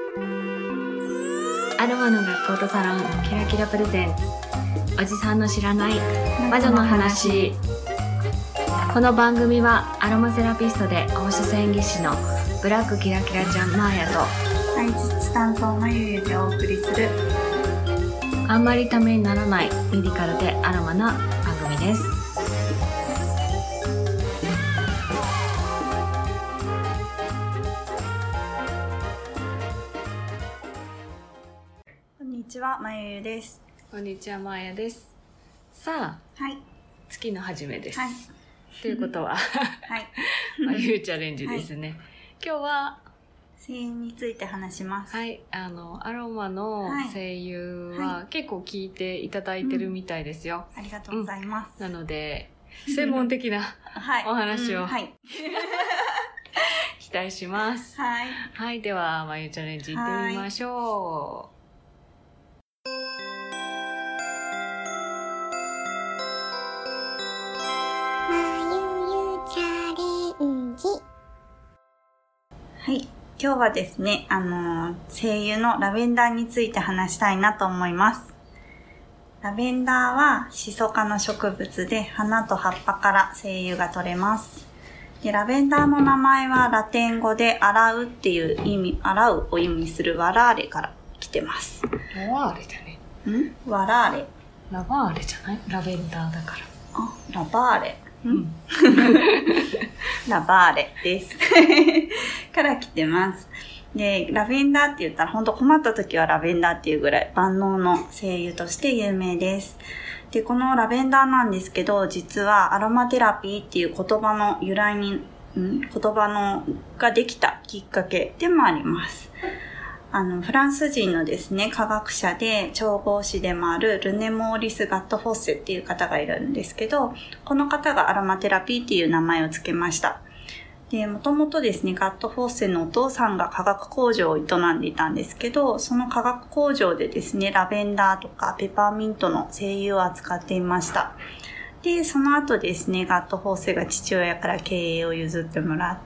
アロマの学校とサロンキラキラプレゼンツ、おじさんの知らない魔女の話。この番組はアロマセラピストで放射線技師のブラックキラキラちゃんマーヤと配置担当のゆゆでお送りするあんまりためにならないメディカルでアロマな番組です。 こんにちは、まゆゆです。 こんにちは、マーヤです。さあ、 はい、 月の初めです、 はい、 ということははいまゆゆチャレンジですね、はい、今日は声優について話します。 はい、アロマの声優は結構聞いていただいてるみたいですよ、 ありがとうございます、 なので専門的なお話を、 はい期待します。 はい、 はい、ではまゆチャレンジ行ってみましょう。 はい、今日はですね、精油のラベンダーについて話したいなと思います。ラベンダーはシソ科の植物で花と葉っぱから精油が取れます。で、ラベンダーの名前はラテン語で洗うっていう意味、洗うを意味するワラーレから来てます。 ラワーレだね。 ワラーレ。 ラバーレじゃない？ラベンダーだから。 あ、ラバーレ。ラバーレですから来てます。で、ラベンダーって言ったら本当困った時はラベンダーっていうぐらい万能の精油として有名です。で、このラベンダーなんですけど、実はアロマテラピーっていう言葉の由来に、言葉ができたきっかけでもあります。フランス人のですね、科学者で調合師でもあるルネ・モーリス・ガット・フォッセっていう方がいるんですけど、この方がアロマテラピーっていう名前をつけました。で、もともとですね、ガット・フォッセのお父さんが化学工場を営んでいたんですけど、その化学工場でですね、ラベンダーとかペパーミントの精油を扱っていました。で、その後ですね、ガット・フォッセが父親から経営を譲ってもらって、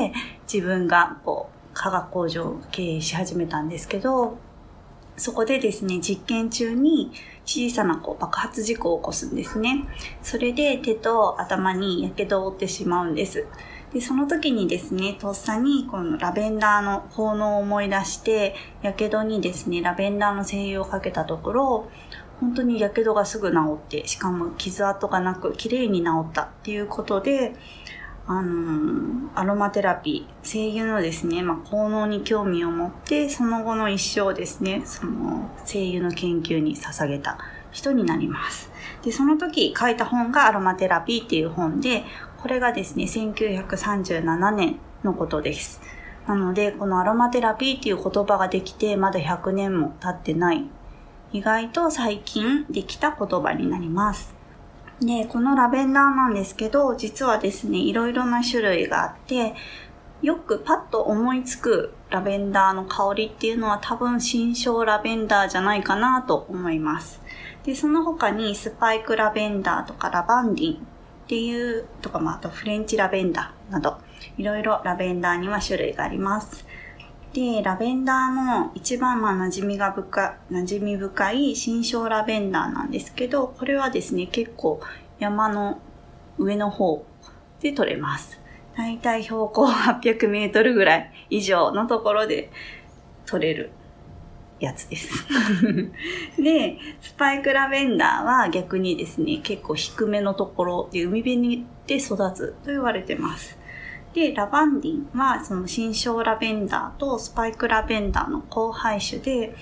自分が化学工場を経営し始めたんですけど、そこでですね、実験中に小さな爆発事故を起こすんですね。それで手と頭に火傷を負ってしまうんです。で、その時にですね、とっさにこのラベンダーの効能を思い出して、火傷にですね、ラベンダーの精油をかけたところ、本当に火傷がすぐ治って、しかも傷跡がなく綺麗に治ったっていうことで、アロマテラピー、精油のですね、効能に興味を持って、その後の一生ですね、その精油の研究に捧げた人になります。で、その時書いた本がアロマテラピーっていう本で、これがですね、1937年のことです。なので、このアロマテラピーっていう言葉ができて、まだ100年も経ってない。意外と最近できた言葉になります。で、このラベンダーなんですけど、実はですね、いろいろな種類があって、よくパッと思いつくラベンダーの香りっていうのは多分新生ラベンダーじゃないかなと思います。で、その他にスパイクラベンダーとかラバンディンっていうとか、あとフレンチラベンダーなど、いろいろラベンダーには種類があります。で、ラベンダーの一番馴染み深い新生ラベンダーなんですけど、これはですね、結構山の上の方で採れます。だいたい標高800メートルぐらい以上のところで採れるやつです。で、スパイクラベンダーは逆にですね、結構低めのところで海辺で育つと言われてます。で、ラバンディンはその新生ラベンダーとスパイクラベンダーの交配種で、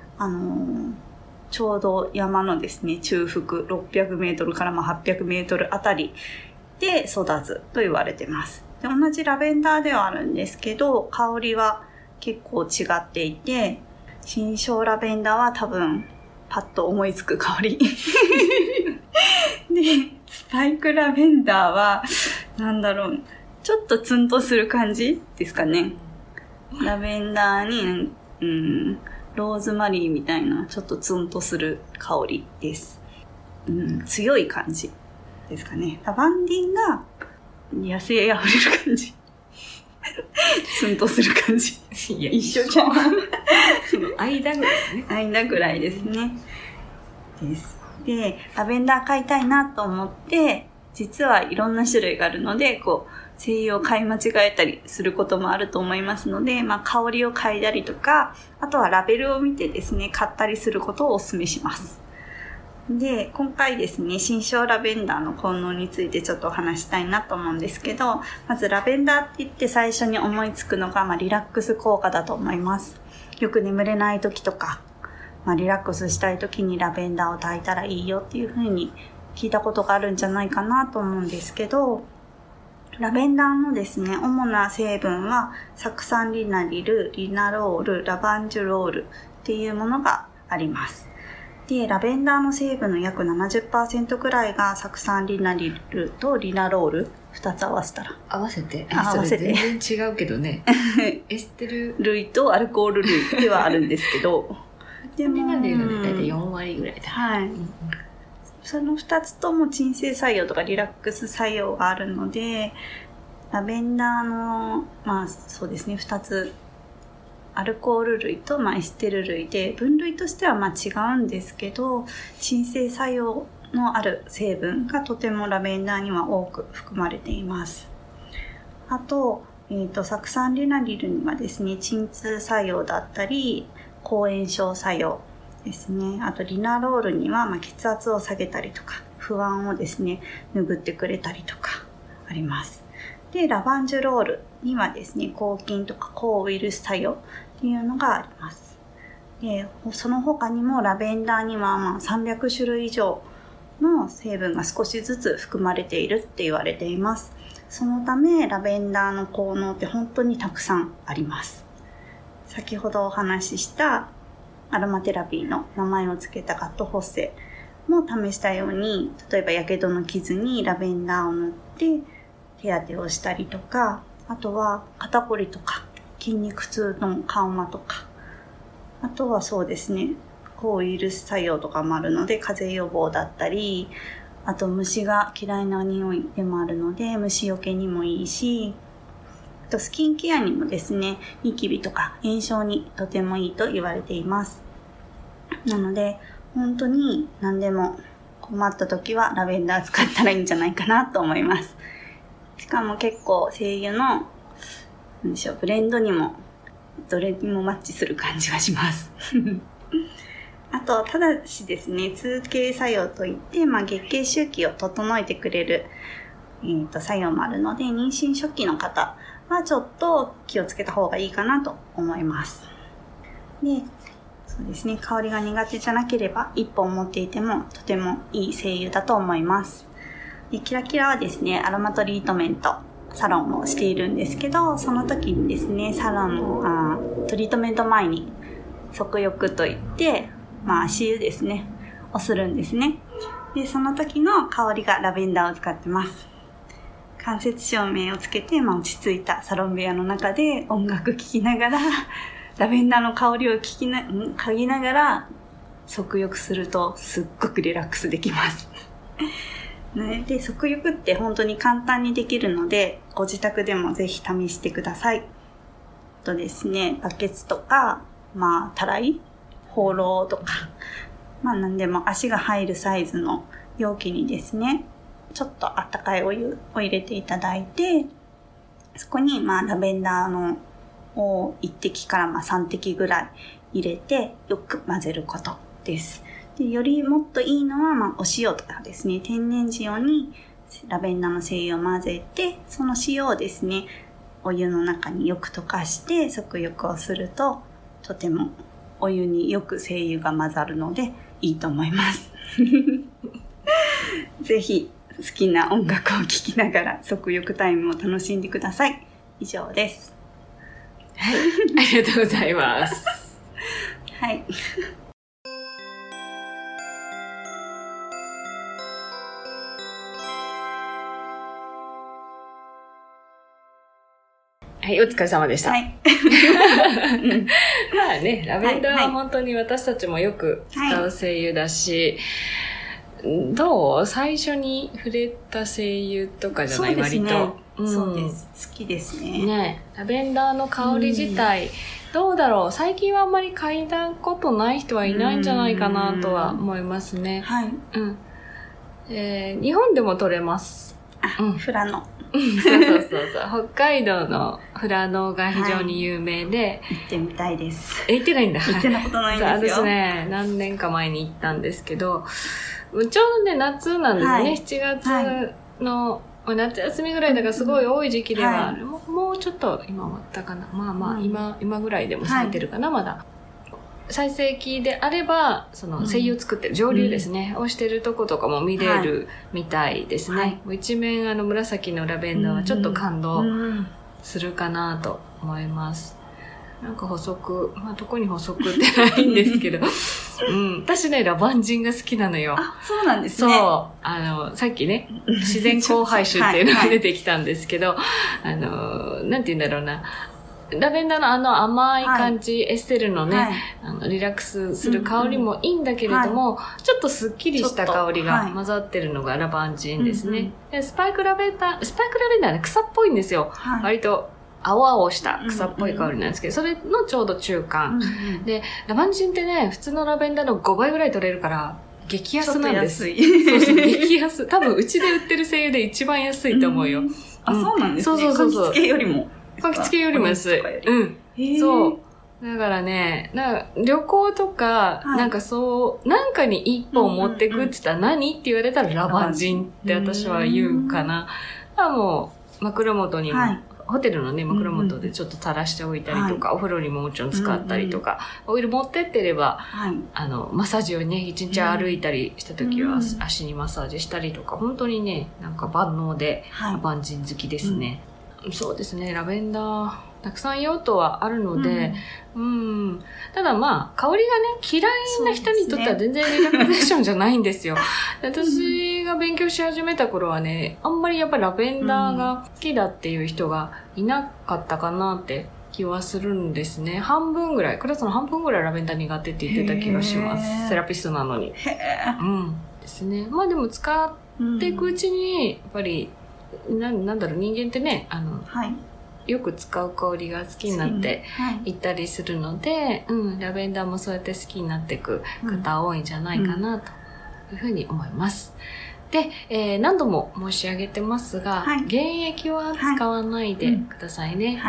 ちょうど山のですね、中腹600メートルから800メートルあたりで育つと言われてます。で、同じラベンダーではあるんですけど、香りは結構違っていて、新生ラベンダーは多分パッと思いつく香り。で、スパイクラベンダーはちょっとツンとする感じですかね。ラベンダーに、ローズマリーみたいなちょっとツンとする香りです。強い感じですかね。ラバンディンが野生あふれる感じ。ツンとする感じ。 いや一緒じゃん。 その間ぐらいね。 間ぐらいですね。です。で、ラベンダー買いたいなと思って、実はいろんな種類があるので、精油を買い間違えたりすることもあると思いますので、香りを嗅いだりとか、あとはラベルを見てですね、買ったりすることをお勧めします。で、今回ですね、新生ラベンダーの効能についてちょっとお話したいなと思うんですけど、まずラベンダーって言って最初に思いつくのが、リラックス効果だと思います。よく眠れない時とか、リラックスしたい時にラベンダーを焚いたらいいよっていう風に聞いたことがあるんじゃないかなと思うんですけど、ラベンダーのですね、主な成分は酢酸リナリル、リナロール、ラバンジュロールっていうものがあります。で、ラベンダーの成分の約 70% くらいが酢酸リナリルとリナロール、2つ合わせたら。 合わせて全然違うけどね。エステル類とアルコール類ではあるんですけど。 でも、リナリルの大体4割ぐらいだ。 はい。その2つとも鎮静作用とかリラックス作用があるので、ラベンダーの、そうですね、2つ、アルコール類とエステル類で、分類としては違うんですけど、鎮静作用のある成分がとてもラベンダーには多く含まれています。あと、酢酸リナリルにはですね、鎮痛作用だったり、抗炎症作用ですね。あとリナロールには血圧を下げたりとか、不安をですね、拭ってくれたりとかあります。で、ラバンジュロールにはですね、抗菌とか抗ウイルス作用っていうのがあります。で、その他にもラベンダーには300種類以上の成分が少しずつ含まれているって言われています。そのためラベンダーの効能って本当にたくさんあります。先ほどお話ししたアロマテラピーの名前を付けたガットホッセも試したように、例えばやけどの傷にラベンダーを塗って手当てをしたりとか、あとは肩こりとか筋肉痛の緩和とか、あとはそうですね、抗ウイルス作用とかもあるので風邪予防だったり、あと虫が嫌いな匂いでもあるので虫除けにもいいし、あとスキンケアにもですね、ニキビとか炎症にとてもいいと言われています。なので本当に何でも困った時はラベンダー使ったらいいんじゃないかなと思います。しかも結構精油のブレンドにもどれにもマッチする感じがしますあと、ただしですね、通経作用といって、月経周期を整えてくれる、作用もあるので、妊娠初期の方はちょっと気をつけた方がいいかなと思います。で、そうですね、香りが苦手じゃなければ1本持っていてもとてもいい精油だと思います。で、キラキラはですね、アロマトリートメントサロンをしているんですけど、その時にですね、サロンのトリートメント前に足浴といって足湯ですねをするんですね。で、その時の香りがラベンダーを使ってます。間接照明をつけて、落ち着いたサロン部屋の中で音楽聴きながらラベンダーの香りを嗅ぎながら足浴するとすっごくリラックスできますで、足浴って本当に簡単にできるので、ご自宅でもぜひ試してください。とですね、バケツとか、たらい、放浪とか、何でも足が入るサイズの容器にですね、ちょっとあったかいお湯を入れていただいて、そこにラベンダーのを1滴から3滴ぐらい入れてよく混ぜることです。で、よりもっといいのは、お塩とかですね、天然塩にラベンダーの精油を混ぜて、その塩をですね、お湯の中によく溶かして足浴をすると、とてもお湯によく精油が混ざるのでいいと思いますぜひ好きな音楽を聴きながら足浴タイムを楽しんでください。以上です。 はい、ありがとうございますはいはい、お疲れ様でした。 はい。 ラベンダーは本当に私たちもよく使う精油だし、どう？最初に触れた精油とかじゃない、 そうですね、 割と。 そうです。好きですね。 ね、ラベンダーの香り自体、どうだろう、最近はあんまり嗅いだことない人はいないんじゃないかなとは思いますね。 はい。 日本でも取れます。 富良野。 そう。北海道の富良野が非常に有名で、 行ってみたいです。 行ってないんだ。 行ってたことないんですよ。 私ね、何年か前に行ったんですけど、ちょうどね、夏なんですね。7月の、夏休みぐらいだからすごい多い時期では、もうちょっと今終わったかな。今ぐらいでも咲いてるかな、まだ。最盛期であれば、その精油を作ってる、上流ですね、をしてるとことかも見れるみたいですね。もう一面紫のラベンダーはちょっと感動するかなと思います。なんか補足、どこに補足ってないんですけど、私ね、ラバンジンが好きなのよ。 そうなんですね。 そう。さっきね、自然交配種っていうのが出てきたんですけど、なんて言うんだろうな。ラベンダーの甘い感じ、エステルのね、リラックスする香りもいいんだけれども、ちょっとスッキリした香りが混ざってるのがラバンジンですね。でスパイクラベンダーね、草っぽいんですよ。割と青々した草っぽい香りなんですけど、それのちょうど中間。で、ラバンジンってね、普通のラベンダーの5倍ぐらい取れるから、激安なんです。そう、激安。多分、うちで売ってる精油で一番安いと思うよ。 そうなんですね。柑橘系よりも。 柑橘系よりも安い。そう。だからね、旅行とか、なんかに一本持ってくって言ったら何って言われたらラバンジンって私は言うかな。もう、枕元にも、ホテルのね、枕元でちょっと垂らしておいたりとか、お風呂にももちろん使ったりとか、オイル持ってってれば、マッサージをね、一日歩いたりした時は、足にマッサージしたりとか、本当にね、なんか万能で、ラバンジン好きですね。そうですね、ラベンダー、たくさん用途はあるので、ただ香りがね、嫌いな人にとっては全然リラクゼーションじゃないんですよ。私が勉強し始めた頃はね、あんまりやっぱりラベンダーが好きだっていう人がいなかったかなって気はするんですね。クラスの半分ぐらいラベンダー苦手って言ってた気がします。セラピストなのに。ですね。でも使っていくうちに、やっぱり、人間ってね、よく使う香りが好きになっていったりするので、ラベンダーもそうやって好きになっていく方多いんじゃないかなというふうに思います。で、何度も申し上げてますが、原液は使わないでくださいね。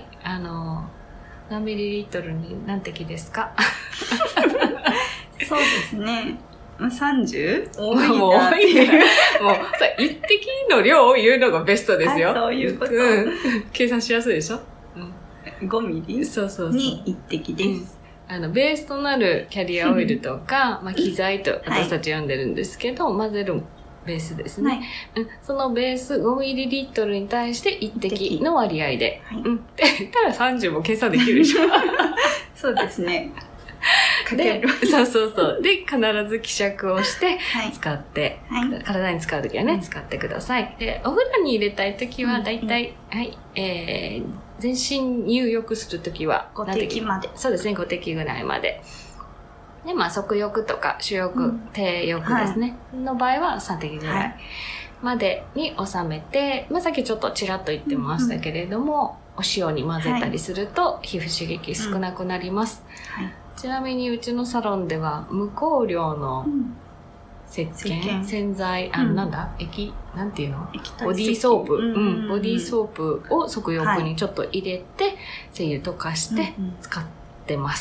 何ミリリットルに何滴ですか？ そうですね。30？ 多いな。もう、一滴の量を言うのがベストですよ。 そういうこと。 計算しやすいでしょ ？5ミリに1滴です。 ベースとなるキャリアオイルとか、機材と私たち呼んでるんですけど、混ぜるベースですね。そのベース 5ml に対して1滴の割合で。って言ったら30も計算できるでしょ？ そうですね。 で、そう。で、必ず希釈をして、使って、体に使うときはね、使ってください。で、お風呂に入れたいときは、だいたい、全身入浴するときは、 5滴まで。 そうですね、5滴ぐらいまで。で、足浴とか主浴、低浴ですね。の場合は3滴ぐらいまでに収めて、さっきちょっとちらっと言ってましたけれども、お塩に混ぜたりすると、皮膚刺激少なくなります。ちなみにうちのサロンでは無香料の石鹸、洗剤、なんていうの？ボディーソープ、ボディーソープを足浴にちょっと入れて、精油溶かして使ってます。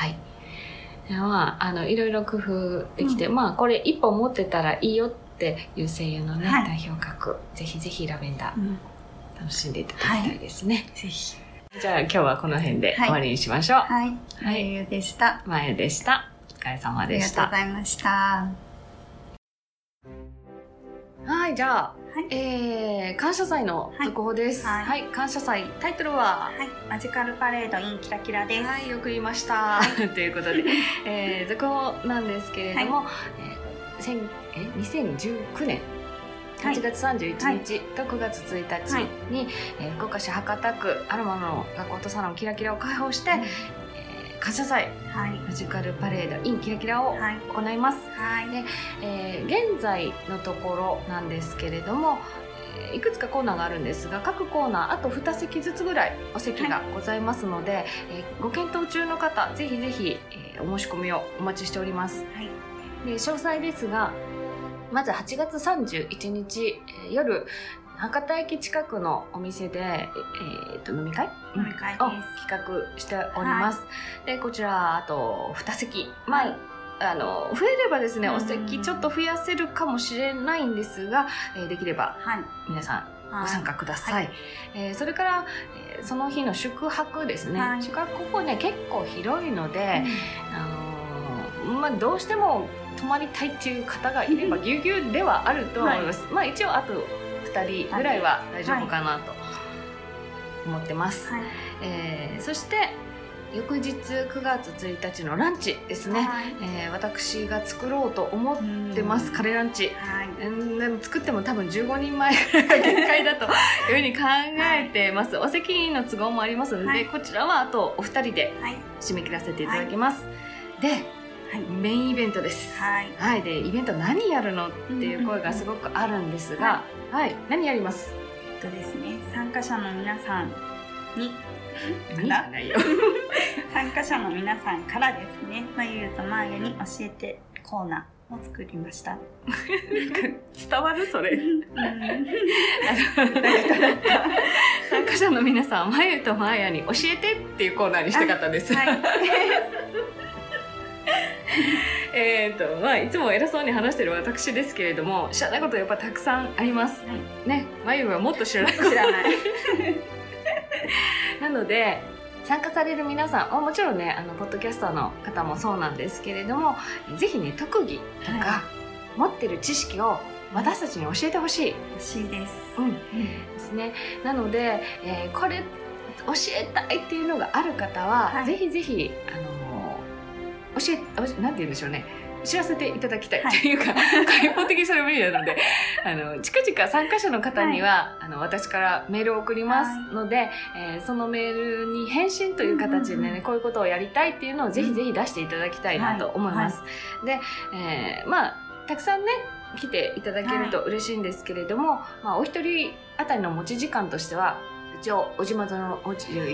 いろいろ工夫できて、これ一本持ってたらいいよっていう精油のね、代表格、ぜひぜひラベンダー、楽しんでいただきたいですね。 ぜひ。 じゃあ今日はこの辺で終わりにしましょう。 まゆでした。 まゆでした。お疲れ様でした。 ありがとうございました。 はい、じゃあ、感謝祭の続報です。感謝祭、タイトルは、 マジカルパレード in キラキラです。 よく言いました。ということで、続報なんですけれども、2019年、8月31日と9月1日に、福岡市博多区アロマの学校とサロンキラキラを開放して、感謝祭、マジカルパレード in キラキラを行います。で、現在のところなんですけれども、 いくつかコーナーがあるんですが、各コーナーあと2席ずつぐらいお席がございますので、ご検討中の方ぜひぜひ、お申し込みをお待ちしております。 はい。 で詳細ですが、まず8月31日、夜博多駅近くのお店で、飲み会を企画しております。でこちらあと2席、増えればですね、お席ちょっと増やせるかもしれないんですが、できれば皆さんご参加ください。それから、その日の宿泊ですね。宿泊ここね結構広いので、どうしても泊まりたいっていう方がいればぎゅうぎゅうではあると思います。一応あと2人ぐらいは大丈夫かなと思ってます。そして翌日9月1日のランチですね。私が作ろうと思ってます。カレーランチ。でも作っても多分15人前が限界だというふうに考えてます。お席の都合もありますので、こちらはあとお二人で締め切らせていただきます。でメインイベントです。でイベント何やるのっていう声がすごくあるんですが、何やります？ ですね、参加者の皆さんに参加者の皆さんからですね、まゆとまゆに教えてコーナーを作りました。 伝わるそれ。参加者の皆さん、まゆとまやに教えてっていうコーナーにしたかったです。いつも偉そうに話してる私ですけれども、知らないことやっぱたくさんあります。ね、まゆはもっと知らないことなので、参加される皆さん、もちろんね、ポッドキャスターの方もそうなんですけれども、ぜひね、特技とか、持ってる知識を私たちに教えてほしい。 欲しいです。 ですね。なので、これ教えたいっていうのがある方は、ぜひぜひ、なんて言うんでしょうね。知らせていただきたいっていうか、開放的にそれ無理なので、近々参加者の方には、私からメールを送りますので、そのメールに返信という形でね、こういうことをやりたいっていうのをぜひぜひ出していただきたいなと思います。で、たくさんね、来ていただけると嬉しいんですけれども、お一人あたりの持ち時間としては、一応おじまじょの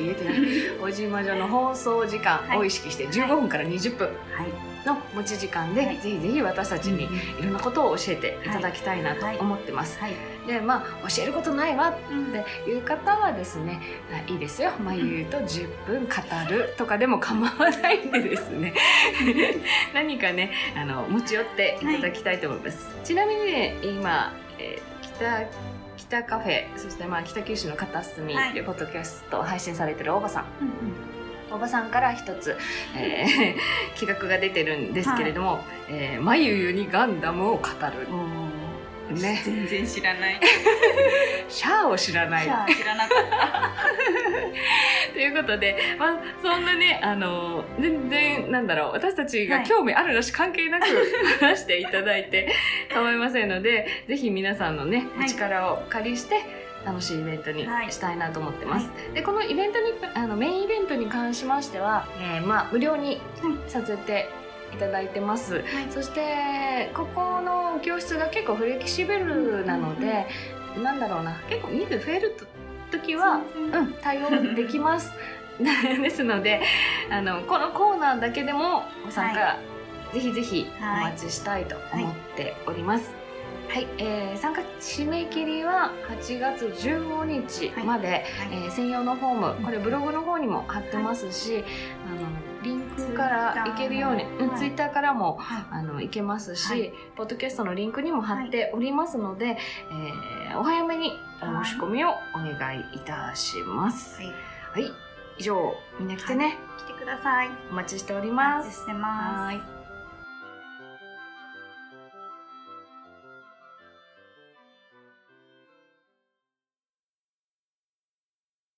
放送時間を意識して15分から20分の持ち時間で、ぜひぜひ私たちにいろんなことを教えていただきたいなと思ってます。で、教えることないわっていう方はですね、いいですよ、まゆと10分語るとかでも構わないんでですね何かね、持ち寄っていただきたいと思います。ちなみにね、今、北カフェ、そして北九州の片隅っていうポッドキャストを配信されてるおばさん、おばさんから一つ、企画が出てるんですけれども、まゆにガンダムを語る、ね、 全然知らない。 シャアを知らない。 シャア知らなかったということで、そんなね、全然私たちが興味あるなし関係なく話していただいて構いませんので、ぜひ皆さんのね、お力をお借りして楽しいイベントにしたいなと思ってます。で、このイベントにメインイベントに関しましては、無料にさせていただいてます。そしてここの教室が結構フレキシブルなので、結構人数増える時は対応できます。ですので、このコーナーだけでもご参加、ぜひぜひお待ちしたいと思っております。参加締め切りは8月15日まで、専用のフォーム、これブログの方にも貼ってますし、リンクから行けるように、ツイッターからも行けますし、ポッドキャストのリンクにも貼っておりますので、お早めにお申し込みをお願いいたします。以上、みんな来てね。 来てください。 お待ちしております。 お待ちしてます。